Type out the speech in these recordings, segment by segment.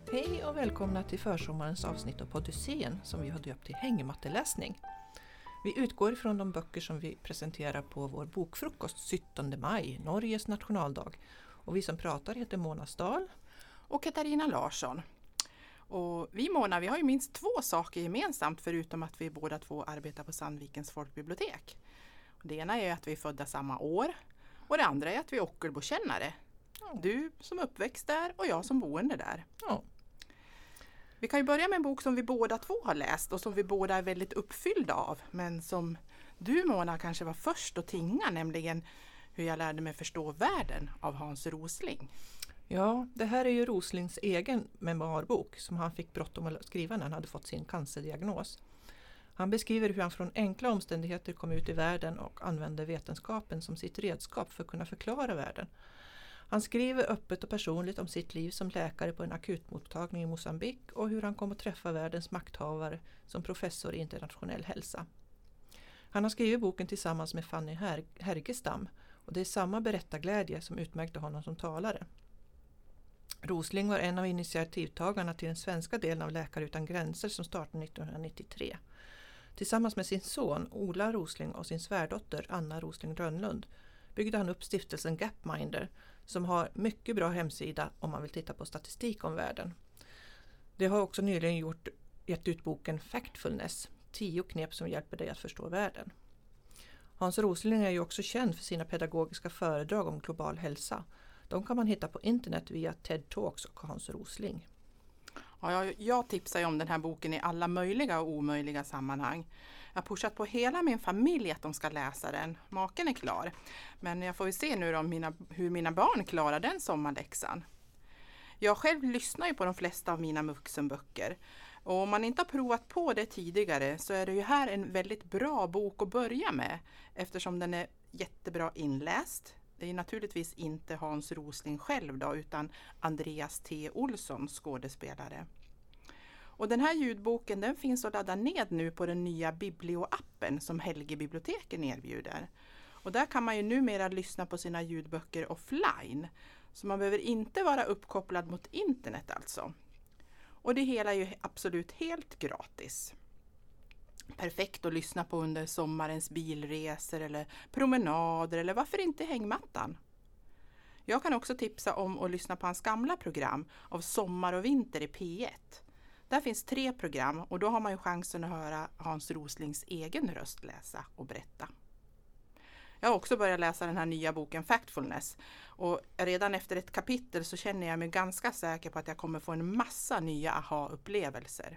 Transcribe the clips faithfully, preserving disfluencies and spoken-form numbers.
Hej och välkomna till försommarens avsnitt av Podyssén som vi har döpt till hängmatteläsning. Vi utgår från de böcker som vi presenterar på vår bokfrukost sjuttonde maj, Norges nationaldag. Och vi som pratar heter Mona Stahl och Katarina Larsson. Och vi Mona, vi har ju minst två saker gemensamt förutom att vi båda två arbetar på Sandvikens folkbibliotek. Det ena är att vi är födda samma år och det andra är att vi är Ockelbokännare. Ja. Du som uppväxt där och jag som boende där. Ja. Vi kan ju börja med en bok som vi båda två har läst och som vi båda är väldigt uppfyllda av. Men som du Mona kanske var först att tinga, nämligen Hur jag lärde mig förstå världen av Hans Rosling. Ja, det här är ju Roslings egen memoarbok som han fick bråttom att skriva när han hade fått sin cancerdiagnos. Han beskriver hur han från enkla omständigheter kom ut i världen och använde vetenskapen som sitt redskap för att kunna förklara världen. Han skriver öppet och personligt om sitt liv som läkare på en akutmottagning i Mosambik och hur han kom att träffa världens makthavare som professor i internationell hälsa. Han har skrivit boken tillsammans med Fanny Her- Hergestam och det är samma berättarglädje som utmärkte honom som talare. Rosling var en av initiativtagarna till den svenska delen av Läkare utan gränser som startade nittonhundranittiotre. Tillsammans med sin son Ola Rosling och sin svärdotter Anna Rosling Rönnlund byggde han upp stiftelsen Gapminder som har mycket bra hemsida om man vill titta på statistik om världen. Det har också nyligen gjort, gett ut boken Factfulness, tio knep som hjälper dig att förstå världen. Hans Rosling är ju också känd för sina pedagogiska föredrag om global hälsa. De kan man hitta på internet via TED Talks och Hans Rosling. Ja, jag, jag tipsar ju om den här boken i alla möjliga och omöjliga sammanhang. Jag har pushat på hela min familj att de ska läsa den. Maken är klar. Men jag får ju se nu då mina, hur mina barn klarar den sommarläxan. Jag själv lyssnar ju på de flesta av mina vuxenböcker. Och om man inte har provat på det tidigare så är det ju här en väldigt bra bok att börja med. Eftersom den är jättebra inläst. Det är naturligtvis inte Hans Rosling själv då, utan Andreas T. Olsson, skådespelare. Och den här ljudboken den finns att ladda ned nu på den nya Biblio-appen som Helgebiblioteken erbjuder. Och där kan man ju numera lyssna på sina ljudböcker offline. Så man behöver inte vara uppkopplad mot internet alltså. Och det hela är ju absolut helt gratis. Perfekt att lyssna på under sommarens bilresor eller promenader eller varför inte hängmattan. Jag kan också tipsa om att lyssna på hans gamla program av Sommar och vinter i P ett. Där finns tre program och då har man ju chansen att höra Hans Roslings egen röst läsa och berätta. Jag har också börjat läsa den här nya boken Factfulness och redan efter ett kapitel så känner jag mig ganska säker på att jag kommer få en massa nya aha-upplevelser.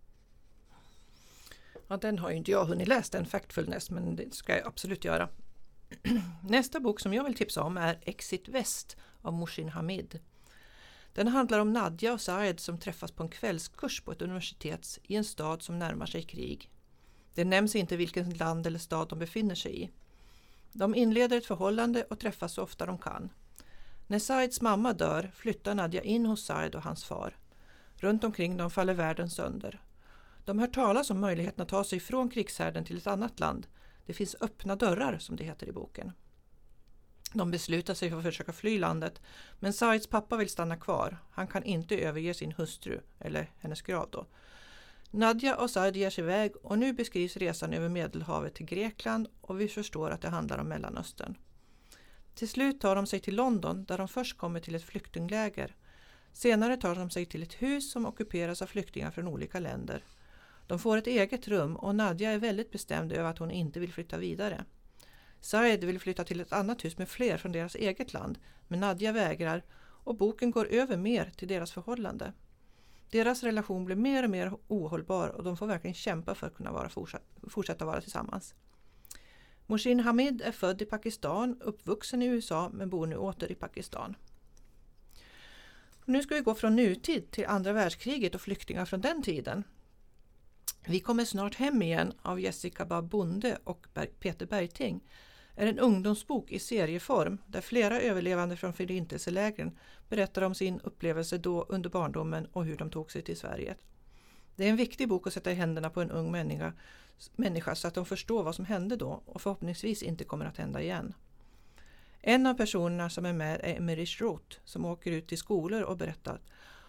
Ja, den har ju inte jag hunnit läsa, den Factfulness, men det ska jag absolut göra. Nästa bok som jag vill tipsa om är Exit Väst av Mohsin Hamid. Den handlar om Nadja och Saed som träffas på en kvällskurs på ett universitet i en stad som närmar sig krig. Det nämns inte vilken land eller stad de befinner sig i. De inleder ett förhållande och träffas så ofta de kan. När Saeds mamma dör flyttar Nadja in hos Saed och hans far. Runt omkring dem faller världen sönder. De hör talas om möjligheten att ta sig från krigshärden till ett annat land. Det finns öppna dörrar som det heter i boken. De beslutar sig för att försöka fly landet, men Saeds pappa vill stanna kvar. Han kan inte överge sin hustru, eller hennes grav då. Nadja och Saed ger sig iväg och nu beskrivs resan över Medelhavet till Grekland och vi förstår att det handlar om Mellanöstern. Till slut tar de sig till London där de först kommer till ett flyktingläger. Senare tar de sig till ett hus som ockuperas av flyktingar från olika länder. De får ett eget rum och Nadja är väldigt bestämd över att hon inte vill flytta vidare. Saed vill flytta till ett annat hus med fler från deras eget land, men Nadja vägrar och boken går över mer till deras förhållande. Deras relation blir mer och mer ohållbar och de får verkligen kämpa för att kunna vara fortsatt, fortsätta vara tillsammans. Mohsin Hamid är född i Pakistan, uppvuxen i U S A men bor nu åter i Pakistan. Nu ska vi gå från nutid till andra världskriget och flyktingar från den tiden. Vi kommer snart hem igen av Jessica Babonde och Peter Bergting är en ungdomsbok i serieform där flera överlevande från förintelselägren berättar om sin upplevelse då under barndomen och hur de tog sig till Sverige. Det är en viktig bok att sätta i händerna på en ung människa, människa så att de förstår vad som hände då och förhoppningsvis inte kommer att hända igen. En av personerna som är med är Emmerich Roth som åker ut till skolor och berättar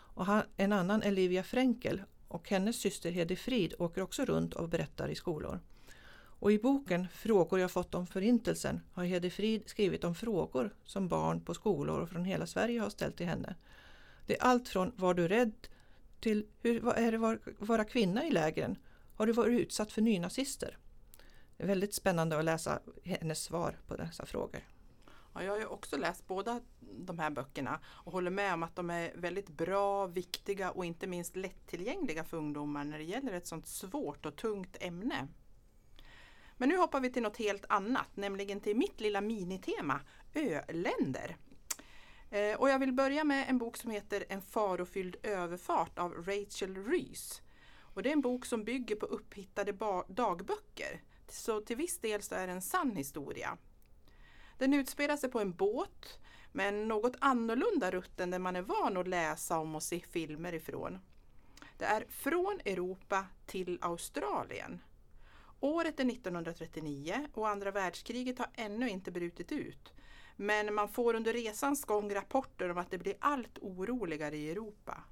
Och han, en annan Olivia Frenkel och hennes syster Hedi Frid åker också runt och berättar i skolor. Och i boken Frågor jag fått om förintelsen har Hedi Frid skrivit om frågor som barn på skolor och från hela Sverige har ställt till henne. Det är allt från var du rädd till hur vad är det var, vara kvinna i lägren? Har du varit utsatt för nynazister? Det är väldigt spännande att läsa hennes svar på dessa frågor. Ja, jag har ju också läst båda de här böckerna och håller med om att de är väldigt bra, viktiga och inte minst lättillgängliga för ungdomar när det gäller ett sånt svårt och tungt ämne. Men nu hoppar vi till något helt annat, nämligen till mitt lilla minitema, öländer. Eh, och jag vill börja med en bok som heter En farofylld överfart av Rachel Rees. Och det är en bok som bygger på upphittade ba- dagböcker, så till viss del så är det en sann historia. Den utspelar sig på en båt med en något annorlunda rutt än den man är van att läsa om och se filmer ifrån. Det är från Europa till Australien. Året är nittonhundratrettionio och andra världskriget har ännu inte brutit ut. Men man får under resans gång rapporter om att det blir allt oroligare i Europa.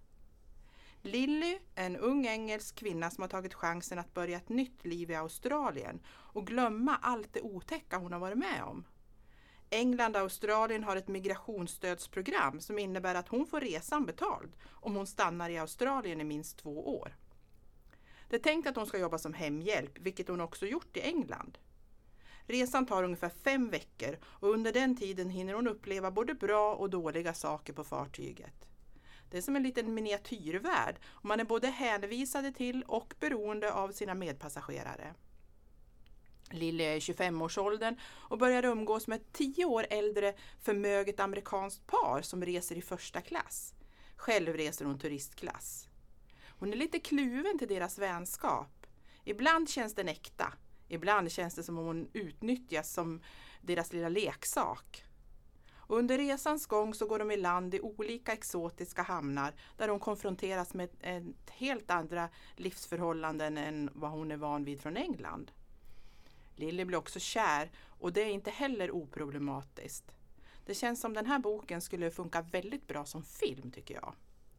Lily är en ung engelsk kvinna som har tagit chansen att börja ett nytt liv i Australien och glömma allt det otäcka hon har varit med om. England och Australien har ett migrationsstödsprogram som innebär att hon får resan betald om hon stannar i Australien i minst två år. Det är tänkt att hon ska jobba som hemhjälp, vilket hon också gjort i England. Resan tar ungefär fem veckor och under den tiden hinner hon uppleva både bra och dåliga saker på fartyget. Det är som en liten miniatyrvärld och man är både hänvisade till och beroende av sina medpassagerare. Lily är i tjugofemårsåldern och börjar umgås med ett tio år äldre förmöget amerikanskt par som reser i första klass. Själv reser hon turistklass. Hon är lite kluven till deras vänskap. Ibland känns den äkta. Ibland känns det som om hon utnyttjas som deras lilla leksak. Och under resans gång så går de i land i olika exotiska hamnar där de konfronteras med ett helt andra livsförhållanden än vad hon är van vid från England. Lily blir också kär och det är inte heller oproblematiskt. Det känns som den här boken skulle funka väldigt bra som film tycker jag.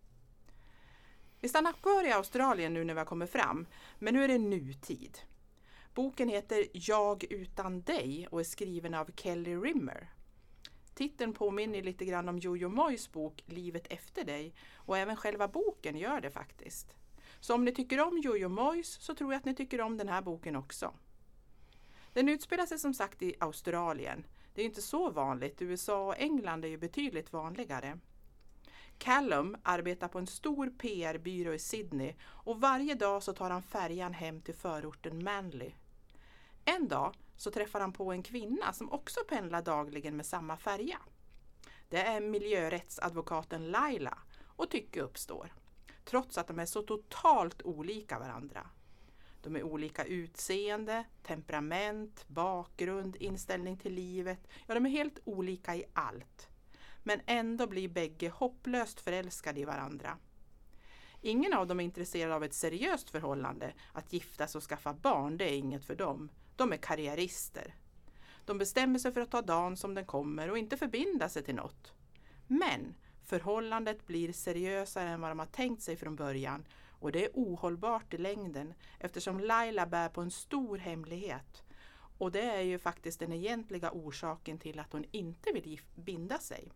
Vi stannar kvar i Australien nu när vi har kommit fram, men nu är det nutid. Boken heter Jag utan dig och är skriven av Kelly Rimmer. Titeln påminner lite grann om Jojo Moyes bok Livet efter dig och även själva boken gör det faktiskt. Så om ni tycker om Jojo Moyes så tror jag att ni tycker om den här boken också. Den utspelar sig som sagt i Australien. Det är inte så vanligt, U S A och England är ju betydligt vanligare. Callum arbetar på en stor P R-byrå i Sydney och varje dag så tar han färjan hem till förorten Manly. En dag så träffar han på en kvinna som också pendlar dagligen med samma färja. Det är miljörättsadvokaten Laila och tycke uppstår, trots att de är så totalt olika varandra. De är olika utseende, temperament, bakgrund, inställning till livet. Ja, de är helt olika i allt. Men ändå blir bägge hopplöst förälskade i varandra. Ingen av dem är intresserad av ett seriöst förhållande. Att giftas och skaffa barn, det är inget för dem. De är karriärister. De bestämmer sig för att ta dagen som den kommer och inte förbinda sig till något. Men förhållandet blir seriösare än vad de har tänkt sig från början. Och det är ohållbart i längden eftersom Laila bär på en stor hemlighet. Och det är ju faktiskt den egentliga orsaken till att hon inte vill binda sig.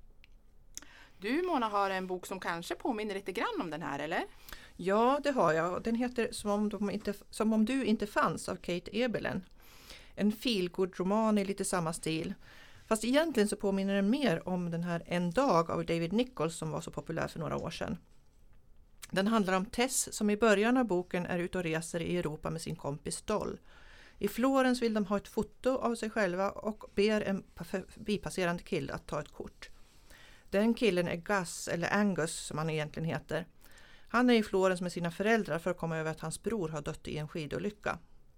Du Mona har en bok som kanske påminner lite grann om den här, eller? Ja, det har jag. Den heter Som om, de inte, som om du inte fanns av Kate Eberlen. En feelgood-roman i lite samma stil. Fast egentligen så påminner den mer om den här En dag av David Nichols som var så populär för några år sedan. Den handlar om Tess som i början av boken är ute och reser i Europa med sin kompis Doll. I Florens vill de ha ett foto av sig själva och ber en bipasserande kille att ta ett kort. Den killen är Gus, eller Angus som han egentligen heter. Han är i Florens med sina föräldrar för att komma över att hans bror har dött i en skidolycka.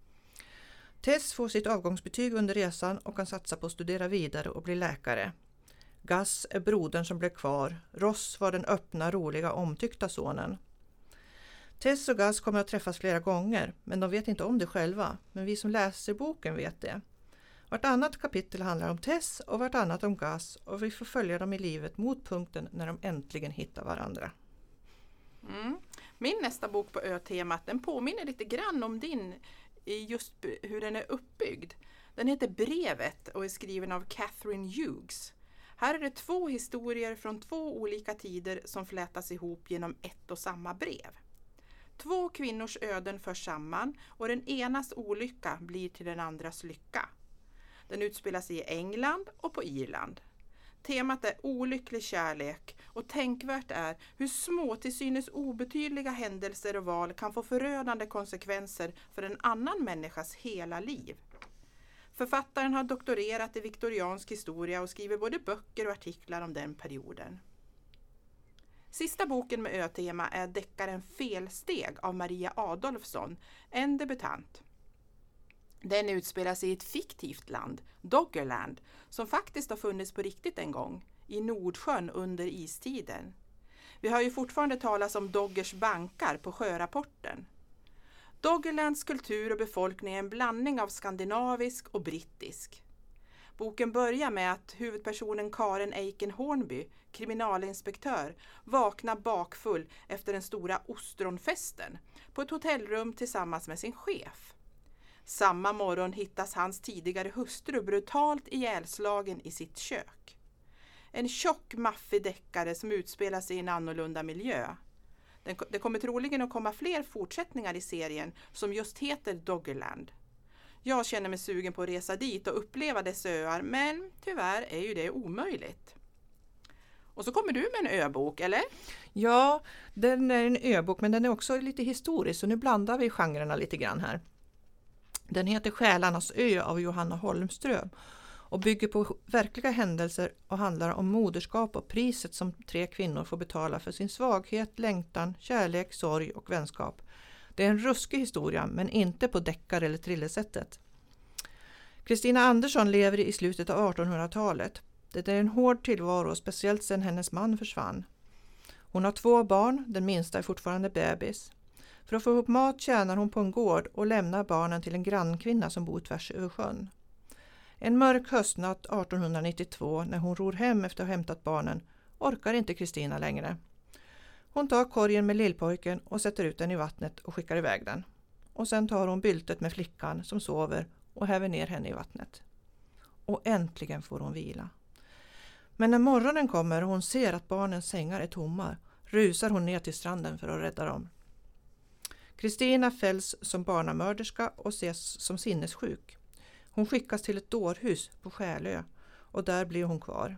Tess får sitt avgångsbetyg under resan och kan satsa på att studera vidare och bli läkare. Gus är brodern som blev kvar. Ross var den öppna, roliga, omtyckta sonen. Tess och Gus kommer att träffas flera gånger, men de vet inte om det själva. Men vi som läser boken vet det. Vartannat kapitel handlar om Tess och vartannat om Gus och vi får följa dem i livet mot punkten när de äntligen hittar varandra. Mm. Min nästa bok på Ö-temat, den påminner lite grann om din i just hur den är uppbyggd. Den heter Brevet och är skriven av Catherine Hughes. Här är det två historier från två olika tider som flätas ihop genom ett och samma brev. Två kvinnors öden förs samman och den enas olycka blir till den andras lycka. Den utspelar sig i England och på Irland. Temat är olycklig kärlek och tänkvärt är hur små till synes obetydliga händelser och val kan få förödande konsekvenser för en annan människas hela liv. Författaren har doktorerat i viktoriansk historia och skriver både böcker och artiklar om den perioden. Sista boken med Ö-tema är deckaren Felsteg av Maria Adolfsson, en debutant. Den utspelar sig i ett fiktivt land, Doggerland, som faktiskt har funnits på riktigt en gång, i Nordsjön under istiden. Vi har ju fortfarande talas om Doggers bankar på sjörapporten. Doggerlands kultur och befolkning är en blandning av skandinavisk och brittisk. Boken börjar med att huvudpersonen Karen Aiken Hornby, kriminalinspektör, vaknar bakfull efter den stora ostronfesten på ett hotellrum tillsammans med sin chef. Samma morgon hittas hans tidigare hustru brutalt ihjälslagen i sitt kök. En tjock, maffig deckare som utspelar sig i en annorlunda miljö. Det kommer troligen att komma fler fortsättningar i serien som just heter Doggerland. Jag känner mig sugen på att resa dit och uppleva dess öar, men tyvärr är ju det omöjligt. Och så kommer du med en öbok, eller? Ja, den är en öbok, men den är också lite historisk, så nu blandar vi genrerna lite grann här. Den heter Själarnas ö av Johanna Holmström och bygger på verkliga händelser och handlar om moderskap och priset som tre kvinnor får betala för sin svaghet, längtan, kärlek, sorg och vänskap. Det är en ruskig historia, men inte på deckar- eller thrillersättet. Kristina Andersson lever i slutet av artonhundratalet. Det är en hård tillvaro, speciellt sedan hennes man försvann. Hon har två barn, den minsta är fortfarande bebis. För att få ihop mat tjänar hon på en gård och lämnar barnen till en grannkvinna som bor tvärs över sjön. En mörk höstnatt artonhundranittiotvå, när hon ror hem efter att ha hämtat barnen, orkar inte Kristina längre. Hon tar korgen med lillpojken och sätter ut den i vattnet och skickar iväg den. Och sen tar hon byltet med flickan som sover och häver ner henne i vattnet. Och äntligen får hon vila. Men när morgonen kommer och hon ser att barnens sängar är tomma, rusar hon ner till stranden för att rädda dem. Kristina fälls som barnamörderska och ses som sinnessjuk. Hon skickas till ett dårhus på Själö och där blir hon kvar.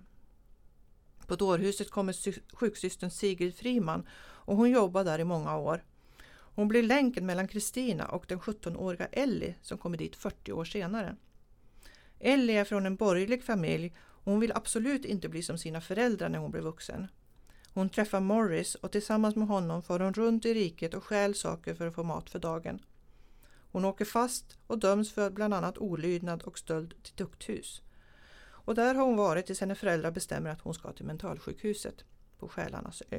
På dårhuset kommer sy- sjuksystern Sigrid Friman och hon jobbar där i många år. Hon blir länken mellan Kristina och den sjuttonåriga Ellie som kommer dit fyrtio år senare. Ellie är från en borgerlig familj och hon vill absolut inte bli som sina föräldrar när hon blir vuxen. Hon träffar Morris och tillsammans med honom får hon runt i riket och stjäl saker för att få mat för dagen. Hon åker fast och döms för bland annat olydnad och stöld till tukthus. Och där har hon varit tills hennes föräldrar bestämmer att hon ska till mentalsjukhuset på Själarnas ö.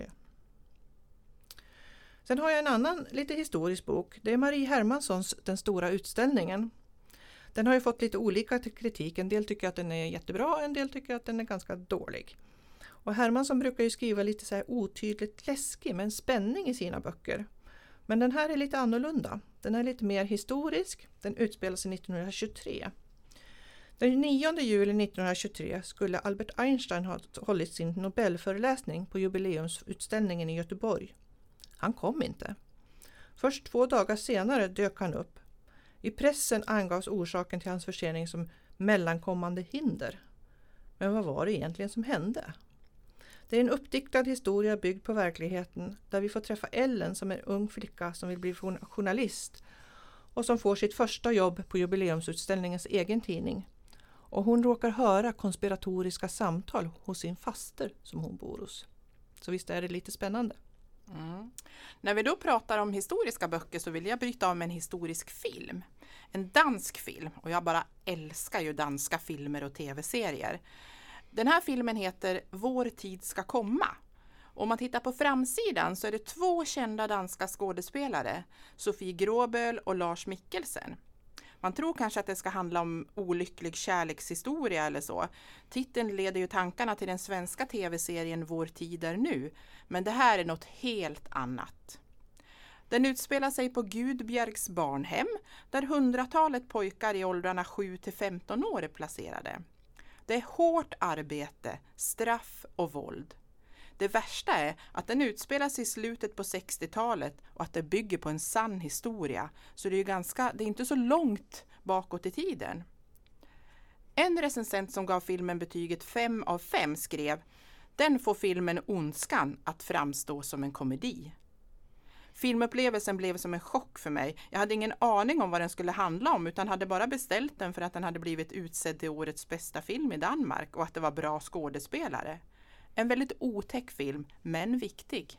Sen har jag en annan lite historisk bok. Det är Marie Hermanssons Den stora utställningen. Den har ju fått lite olika kritik. En del tycker att den är jättebra, en del tycker att den är ganska dålig. Och Hermansson brukar ju skriva lite så här otydligt läskig med en spänning i sina böcker. Men den här är lite annorlunda. Den är lite mer historisk. Den utspelar sig nittonhundratjugotre. Den nionde juli nittonhundratjugotre skulle Albert Einstein ha hållit sin Nobelföreläsning på jubileumsutställningen i Göteborg. Han kom inte. Först två dagar senare dök han upp. I pressen angavs orsaken till hans försening som mellankommande hinder. Men vad var det egentligen som hände? Det är en uppdiktad historia byggd på verkligheten där vi får träffa Ellen som är en ung flicka som vill bli journalist och som får sitt första jobb på jubileumsutställningens egen tidning. Och hon råkar höra konspiratoriska samtal hos sin faster som hon bor hos. Så visst är det lite spännande. Mm. När vi då pratar om historiska böcker så vill jag bryta av med en historisk film. En dansk film, och jag bara älskar ju danska filmer och tv-serier. Den här filmen heter Vår tid ska komma. Om man tittar på framsidan så är det två kända danska skådespelare, Sofie Gråbøl och Lars Mikkelsen. Man tror kanske att det ska handla om olycklig kärlekshistoria eller så. Titeln leder ju tankarna till den svenska tv-serien Vår tid är nu. Men det här är något helt annat. Den utspelar sig på Gudbjergs barnhem där hundratalet pojkar i åldrarna sju till femton år är placerade. Det är hårt arbete, straff och våld. Det värsta är att den utspelas i slutet på sextiotalet och att det bygger på en sann historia. Så det är, ganska, det är inte så långt bakåt i tiden. En recensent som gav filmen betyget fem av fem skrev: den får filmen Ondskan att framstå som en komedi. Filmupplevelsen blev som en chock för mig. Jag hade ingen aning om vad den skulle handla om utan hade bara beställt den för att den hade blivit utsedd till årets bästa film i Danmark och att det var bra skådespelare. En väldigt otäck film, men viktig.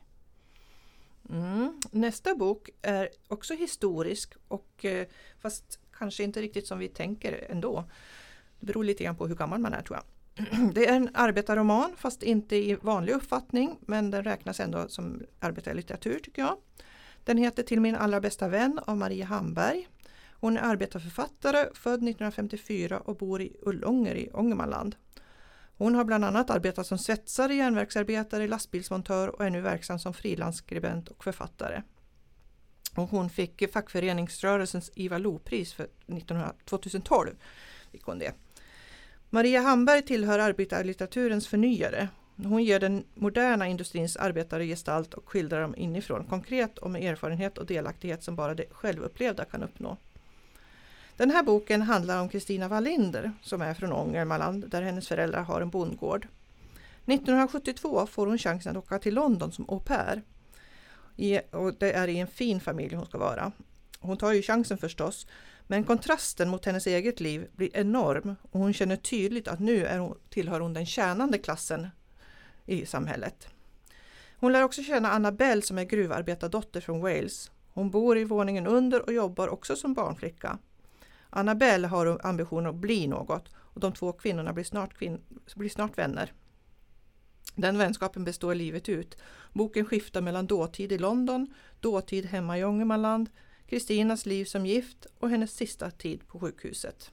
Mm. Nästa bok är också historisk och eh, fast kanske inte riktigt som vi tänker ändå. Det beror lite grann på hur gammal man är, tror jag. Det är en arbetarroman fast inte i vanlig uppfattning, men den räknas ändå som arbetarlitteratur tycker jag. Den heter Till min allra bästa vän av Maria Hamberg. Hon är arbetarförfattare, född nittonhundrafemtiofyra och bor i Ullånger i Ångermanland. Hon har bland annat arbetat som svetsare, järnverksarbetare, lastbilsmontör och är nu verksam som frilansskribent och författare. Och hon fick fackföreningsrörelsens Ivar Lo-pris för tjugotolv. Fick hon det. Maria Hamberg tillhör arbetarlitteraturens förnyare. Hon ger den moderna industrins arbetare gestalt och skildrar dem inifrån, konkret och med erfarenhet och delaktighet som bara det självupplevda kan uppnå. Den här boken handlar om Kristina Wallinder som är från Ångermanland där hennes föräldrar har en bondgård. nittonhundrasjuttiotvå får hon chansen att åka till London som au pair. I, och det är i en fin familj hon ska vara. Hon tar ju chansen förstås, men kontrasten mot hennes eget liv blir enorm och hon känner tydligt att nu är hon, tillhör hon den tjänande klassen i samhället. Hon lär också känna Annabelle som är gruvarbetardotter från Wales. Hon bor i våningen under och jobbar också som barnflicka. Annabelle har ambitionen att bli något och de två kvinnorna blir snart, kvin- blir snart vänner. Den vänskapen består livet ut. Boken skiftar mellan dåtid i London, dåtid hemma i Ångermanland, Kristinas liv som gift och hennes sista tid på sjukhuset.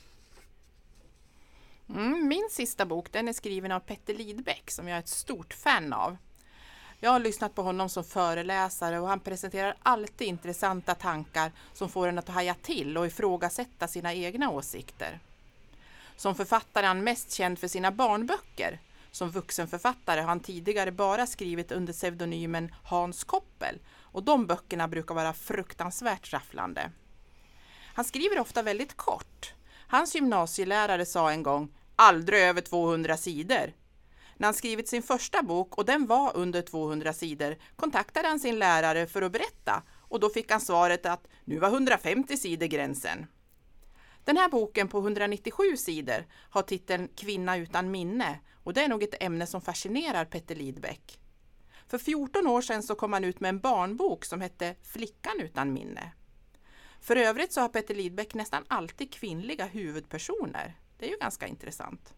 Mm, min sista bok den är skriven av Petter Lidbeck som jag är ett stort fan av. Jag har lyssnat på honom som föreläsare och han presenterar alltid intressanta tankar som får en att haja till och ifrågasätta sina egna åsikter. Som författare är han mest känd för sina barnböcker. Som vuxenförfattare har han tidigare bara skrivit under pseudonymen Hans Koppel och de böckerna brukar vara fruktansvärt rafflande. Han skriver ofta väldigt kort. Hans gymnasielärare sa en gång aldrig över tvåhundra sidor. När han skrivit sin första bok och den var under tvåhundra sidor kontaktade han sin lärare för att berätta och då fick han svaret att nu var hundrafemtio sidor gränsen. Den här boken på hundranittiosju sidor har titeln Kvinna utan minne och det är nog ett ämne som fascinerar Petter Lidbeck. För fjorton år sedan så kom han ut med en barnbok som hette Flickan utan minne. För övrigt så har Petter Lidbeck nästan alltid kvinnliga huvudpersoner. Det är ju ganska intressant.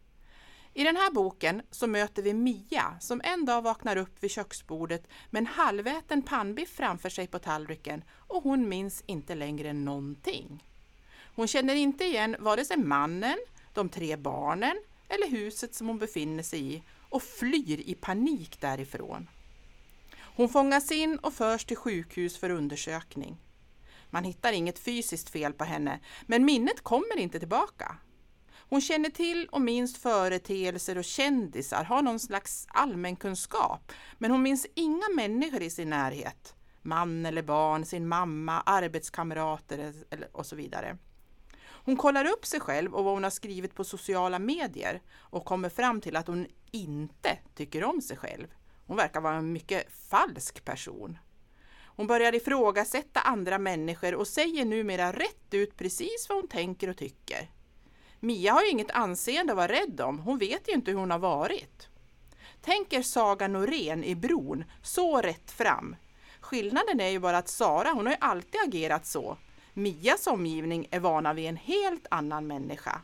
I den här boken så möter vi Mia som en dag vaknar upp vid köksbordet med en halväten pannbiff framför sig på tallriken och hon minns inte längre någonting. Hon känner inte igen vare sig mannen, de tre barnen eller huset som hon befinner sig i och flyr i panik därifrån. Hon fångas in och förs till sjukhus för undersökning. Man hittar inget fysiskt fel på henne, men minnet kommer inte tillbaka. Hon känner till och minns företeelser och kändisar, har någon slags allmänkunskap, men hon minns inga människor i sin närhet. Man eller barn, sin mamma, arbetskamrater och så vidare. Hon kollar upp sig själv och vad hon har skrivit på sociala medier och kommer fram till att hon inte tycker om sig själv. Hon verkar vara en mycket falsk person. Hon börjar ifrågasätta andra människor och säger numera rätt ut precis vad hon tänker och tycker. Mia har ju inget anseende att vara rädd om, hon vet ju inte hur hon har varit. Tänker Saga Norén i Bron så rätt fram. Skillnaden är ju bara att Sara, hon har ju alltid agerat så. Mias omgivning är vana vid en helt annan människa.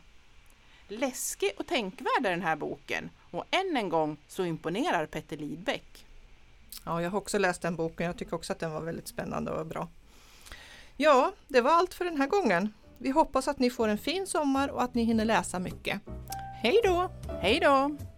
Läskig och tänkvärd är den här boken och än en gång så imponerar Petter Lidbeck. Ja, jag har också läst den boken. Jag tycker också att den var väldigt spännande och bra. Ja, det var allt för den här gången. Vi hoppas att ni får en fin sommar och att ni hinner läsa mycket. Hej då! Hej då!